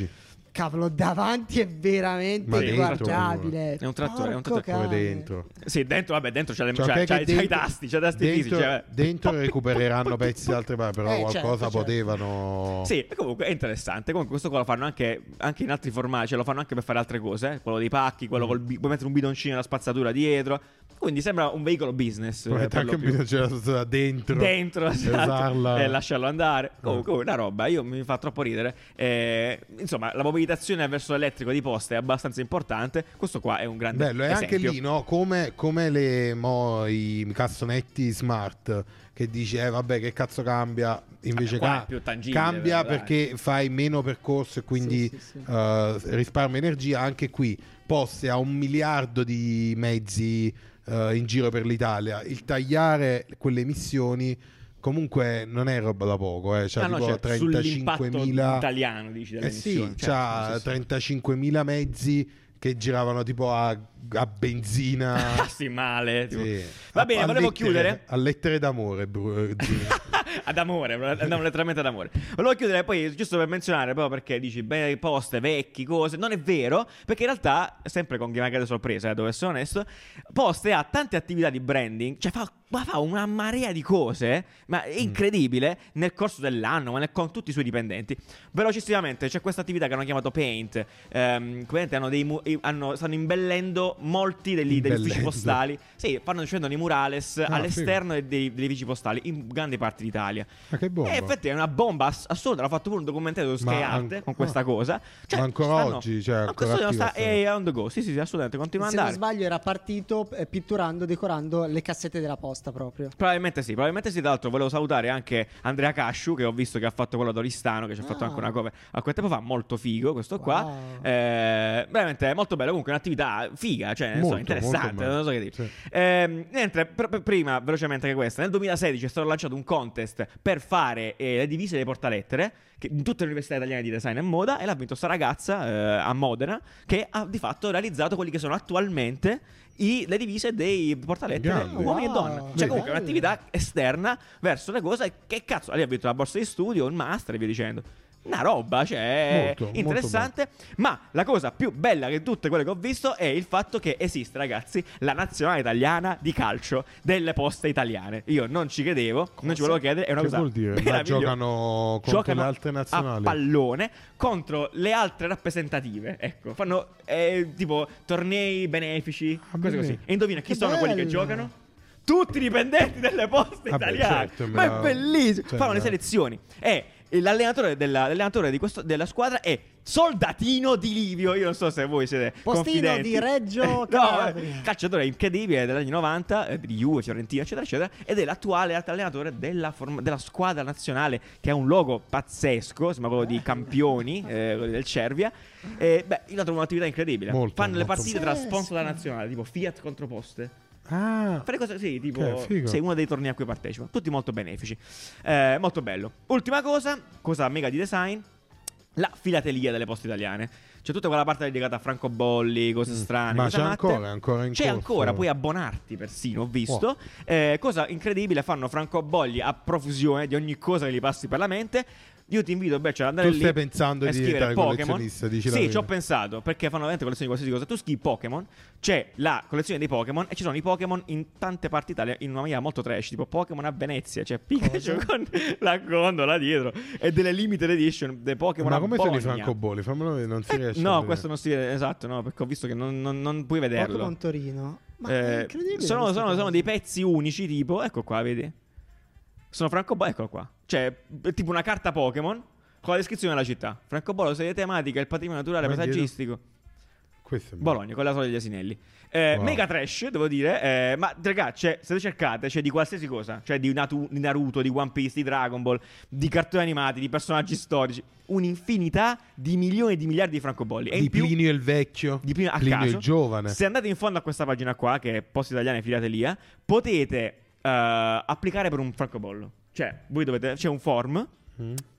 Cavolo, davanti è veramente Ma dentro, inguardabile. È un trattore, è un Porco trattore. Come cane. dentro. Sì, dentro, vabbè, dentro c'è, le, Cioè, c'è, ok, c'è, che c'è i dentro- tasti, c'è i tasti dentro, fisici. Cioè, dentro recupereranno pezzi da altre parti, però Eh, qualcosa certo, certo. potevano. Sì, e comunque è interessante. Comunque questo qua lo fanno anche, anche in altri formati, cioè lo fanno anche per fare altre cose. eh. Quello dei pacchi, quello Mm. col bi- puoi mettere un bidoncino nella spazzatura dietro. Quindi sembra un veicolo business. Puoi eh, mettere per anche lo un più. video c'era da dentro. Dentro, esatto, usarla. e lasciarlo andare. Comunque, una roba, io mi fa troppo ridere. Eh, insomma, la mobilitazione verso l'elettrico di Poste è abbastanza importante. Questo qua è un grande Bello, è anche esempio. lì, no? Come, come le, mo, i cassonetti smart che dici, eh vabbè, che cazzo cambia? Invece Vabbè, qua ca- è più tangibile, cambia però, dai. perché fai meno percorso e quindi Sì, sì, sì. eh, risparmi energia. Anche qui Poste ha un miliardo di mezzi eh, in giro per l'Italia. Il tagliare quelle emissioni comunque non è roba da poco, eh. C'ha Ah, no, tipo certo, sull'impatto trentacinquemila italiano, dici, delle eh sì, emissioni. Certo, c'ha sì, sì, sì. trentacinquemila mezzi che giravano tipo a, a benzina. Ah, sì, male. tipo. Sì. Va A- bene, a volevo lettere- chiudere. a lettere d'amore, bru- Zino. Ad amore, andiamo letteralmente ad amore. Volevo chiudere poi, giusto per menzionare, proprio perché dici, beh, Poste, vecchi, cose. Non è vero, perché in realtà, sempre con chiamate sorpresa, eh, devo essere onesto, Poste ha tante attività di branding, cioè fa, ma fa una marea di cose, ma è incredibile, nel corso dell'anno, ma nel- con tutti i suoi dipendenti. Velocissimamente, c'è questa attività che hanno chiamato Paint, ehm, praticamente hanno dei mu- hanno- stanno imbellendo molti degli, degli uffici Imbellendo. postali. Sì, fanno scendono i murales Ah, all'esterno dei, dei uffici postali in grandi parti d'Italia. Ma che bomba. E effettivamente è una bomba ass- assurda. L'ha fatto pure un documentario su Ma Sky an- Art con questa ah. cosa. Cioè, Ma ancora stanno- oggi, cioè, Ma ancora questo attiva sta, sta- è on the go. Sì, sì, sì, assolutamente. Continua ad Se non andare. sbaglio era partito eh, pitturando, decorando le cassette della posta proprio. Probabilmente sì, probabilmente sì. Tra l'altro, volevo salutare anche Andrea Casciu, che ho visto che ha fatto quello ad Oristano, che ci ha fatto Ah. anche una cover a quel tempo fa. Molto figo questo qua. Wow. Eh, veramente molto bello. Comunque, un'attività figa, cioè, non so, Molto, interessante. molto bello. Non so che dire. Sì. Ehm, mentre pr- pr- prima, velocemente anche questa, nel duemilasedici è stato lanciato un contest per fare eh, le divise dei portalettere che, in tutte le università italiane di design e moda, e l'ha vinto sta ragazza eh, a Modena, che ha di fatto realizzato quelli che sono attualmente i- le divise dei portalettere Grande. uomini Wow. e donne. Cioè, Vedi. comunque, è un'attività esterna verso le cose. Che cazzo, lei ha vinto la borsa di studio, un master e via dicendo. Una roba, cioè, Molto, molto interessante. Ma la cosa più bella che tutte quelle che ho visto è il fatto che esiste, ragazzi, la nazionale italiana di calcio delle poste italiane. Io non ci credevo, non ci volevo chiedere. È una Che cosa vuol dire? Ma meravigliosa. giocano contro Giocano le altre nazionali? a pallone contro le altre rappresentative. Ecco, fanno eh, tipo tornei benefici, Ah, cose bene. così. E indovina chi Che sono quelli che bello. giocano? Tutti i dipendenti delle poste Vabbè, italiane. certo, me Ma è la- bellissimo. cioè, Fanno le me la- selezioni. E l'allenatore, della, l'allenatore di questo, della squadra è Soldatino di Livio. Io non so se voi siete Postino confidenti. di Reggio no, Calabria. eh, calciatore incredibile degli anni novanta, eh, di Juve, Fiorentina, eccetera, eccetera. Ed è l'attuale allenatore della, form- della squadra nazionale, che ha un logo pazzesco, sembra quello di Campioni, eh, quelli del Cervia. E, beh, io la trovo un'attività incredibile. Molto, Fanno le molto partite bello. tra sponsor della nazionale, tipo Fiat contro Poste. Ah, Fare cose sì, tipo Che figo. sei uno dei tornei a cui partecipa. Tutti molto benefici. Eh, molto bello. Ultima cosa, cosa mega di design, la filatelia delle poste italiane. C'è tutta quella parte dedicata a francobolli, cose strane. Mm. ma cose c'è matte. ancora, è ancora in C'è corso. ancora, puoi abbonarti persino, ho visto. Eh, cosa incredibile, fanno francobolli a profusione di ogni cosa che gli passi per la mente. Io ti invito, beh, cioè, ad andare Tu lì stai pensando e di scrivere diventare Pokémon. collezionista, dici la Sì, ci verità. ho pensato, perché fanno veramente collezioni di qualsiasi cosa. Tu scrivi Pokémon, c'è la collezione dei Pokémon e ci sono i Pokémon in tante parti d'Italia in una maniera molto trash, tipo Pokémon a Venezia, c'è Pikachu con la gondola dietro e delle limited edition dei Pokémon Ma a come sono i Bologna. francobolli? Fammelo vedere, non si Eh, riesce a no, vedere. questo non si vede, esatto, no, perché ho visto che non, non- non puoi vederlo. Pokémon Torino. Ma è Eh, incredibile. sono, questa sono- cosa. sono dei pezzi unici, tipo, ecco qua, vedi? Sono francobolli, eccolo qua. Cioè, è tipo una carta Pokémon con la descrizione della città. Francobollo, serie tematica, il patrimonio naturale, Ma dietro? paesaggistico. Questo è bello. Bologna, con la sola degli asinelli. Eh, Wow. Mega trash, devo dire. eh, ma, raga, c'è, se le cercate, c'è di qualsiasi cosa. Cioè, di, Natu- di Naruto, di One Piece, di Dragon Ball, di cartoni animati, di personaggi storici. Un'infinità di milioni di miliardi di francobolli. E Di in più, Plinio il vecchio, di Plinio a Plinio caso, il giovane. se andate in fondo a questa pagina qua, che è Poste Italiane Filatelia, potete eh, applicare per un francobollo. Cioè, voi dovete, c'è un form. Mm.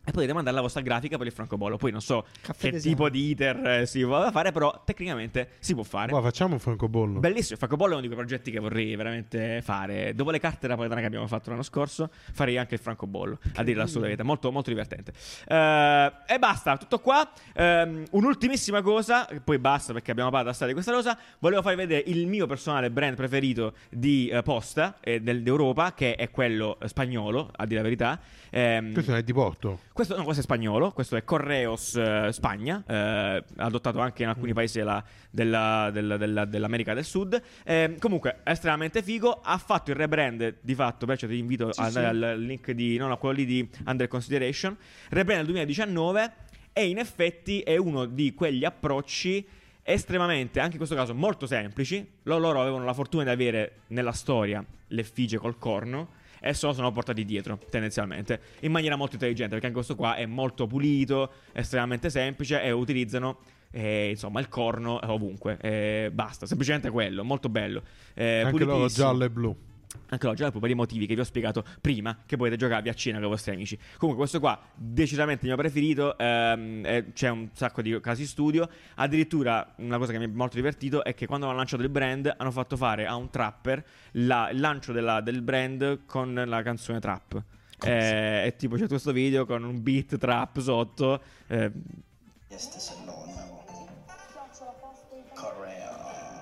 e potete mandare la vostra grafica per il francobollo. Poi non so Caffè che design. tipo di iter eh, si vuole fare, però tecnicamente si può fare. Ma facciamo un francobollo. Bellissimo, il francobollo è uno di quei progetti che vorrei veramente fare. Dopo le carte napoletane che abbiamo fatto l'anno scorso, farei anche il francobollo, a dire la sua verità, molto, molto divertente. Eh, e basta, tutto qua. Ehm, un'ultimissima cosa, poi basta perché abbiamo parlato assai di questa cosa. Volevo farvi vedere il mio personale brand preferito di eh, posta eh, del- d'Europa, che è quello eh, spagnolo, a dire la verità. Ehm, Questo non è di Porto. questo, no, questo è spagnolo, questo è Correos eh, Spagna, eh, adottato anche in alcuni paesi della- della- della- della- dell'America del Sud. Eh, comunque è estremamente figo, ha fatto il rebrand di fatto, perciò ti invito ad andare al link di, non a quello lì di Under Consideration, rebrand del duemiladiciannove, e in effetti è uno di quegli approcci estremamente, anche in questo caso molto semplici. Lo- loro avevano la fortuna di avere nella storia l'effigie col corno, e se lo sono portati dietro tendenzialmente in maniera molto intelligente, perché anche questo qua è molto pulito, estremamente semplice, e utilizzano eh, insomma il corno ovunque, eh, basta, semplicemente quello, molto bello, eh, Anche loro pulitissimo. giallo e blu. Anche lo gioco per i motivi che vi ho spiegato prima, che potete giocarvi a cena con i vostri amici. Comunque questo qua decisamente il mio preferito, ehm, eh, c'è un sacco di casi studio. Addirittura una cosa che mi è molto divertito è che quando hanno lanciato il brand hanno fatto fare a un trapper la- il lancio della- del brand con la canzone trap. Eh, è tipo c'è questo video con un beat trap sotto, eh, Este es el logo nuevo. Correa.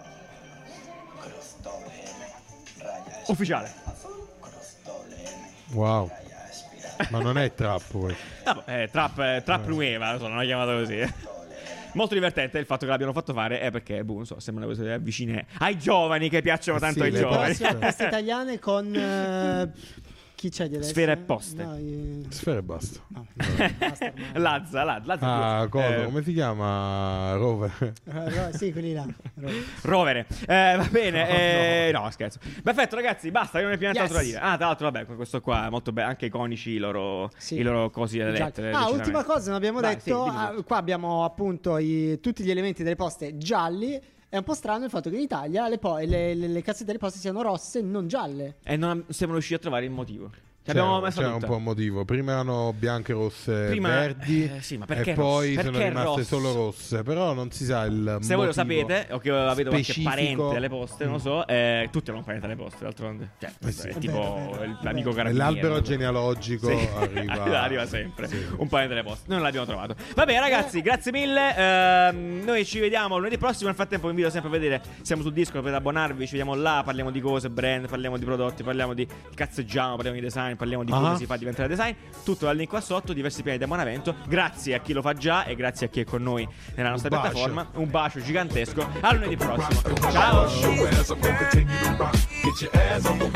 Cruz doble M. Raya ufficiale. Cruz doble M. Wow. Raya espiral. Ma non è trap questo. Ah, eh, trap, eh, trap nueva, non so, l'hanno chiamato così. eh. Molto divertente il fatto che l'abbiano fatto fare, è perché, boh, non so, sembrano cose vicine ai giovani, che piacciono Eh tanto sì, ai le giovani. poste. Queste italiane con eh, chi c'è di adesso? Sfere e poste. No, io- Sfera e basta. no, basta ormai. Lazza, Lazza, Lazza Ah, eh, cosa? Come si chiama? Rover. Eh, no, sì, quelli là. Rovere. Eh, va bene. eh, no, scherzo. Perfetto, ragazzi, basta, io non ho più niente Yes. altro da dire. Ah, tra l'altro, vabbè, questo qua è molto bello, anche iconici i loro, Sì. i loro cosi delle Già. lettere. Ah, decisamente. ultima cosa, non abbiamo Vai, detto. sì, dimmi ah, tutto. qua abbiamo appunto i- tutti gli elementi delle poste gialli. È un po' strano il fatto che in Italia le, po- le, le, le cassette delle poste siano rosse, non gialle. E non siamo riusciti a trovare il motivo. Ci abbiamo C'era, messo c'era un tutta. po' un motivo. Prima erano bianche, rosse, Prima- verdi. eh, sì, ma perché e poi rosse? sono Perché rimaste rosse? solo rosse. Però non si sa il Se voi lo motivo sapete, o che avete qualche specifico. parente delle poste, non lo so, eh, tutti hanno un parente alle poste, d'altronde. Cioè, Eh sì. è È tipo vero, è vero, il- è l'amico vero. carabiniere. L'albero non so. genealogico Sì. arriva... arriva sempre. Sì. Un parente delle poste. Noi non l'abbiamo trovato. Va bene, ragazzi, grazie mille. Ehm, noi ci vediamo lunedì prossimo. Nel frattempo, vi invito sempre a vedere. Siamo sul Discord, potete abbonarvi. Ci vediamo là. Parliamo di cose, brand, parliamo di prodotti, parliamo di cazzeggiamo, parliamo di design, parliamo di Ah. come si fa a diventare design. Tutto dal link qua sotto. Diversi piani di abbonamento. Grazie a chi lo fa già e grazie a chi è con noi nella nostra bacio. piattaforma. Un bacio gigantesco. A lunedì prossimo. Ciao. Show ass, I'm gonna continue to rock. Get your ass on the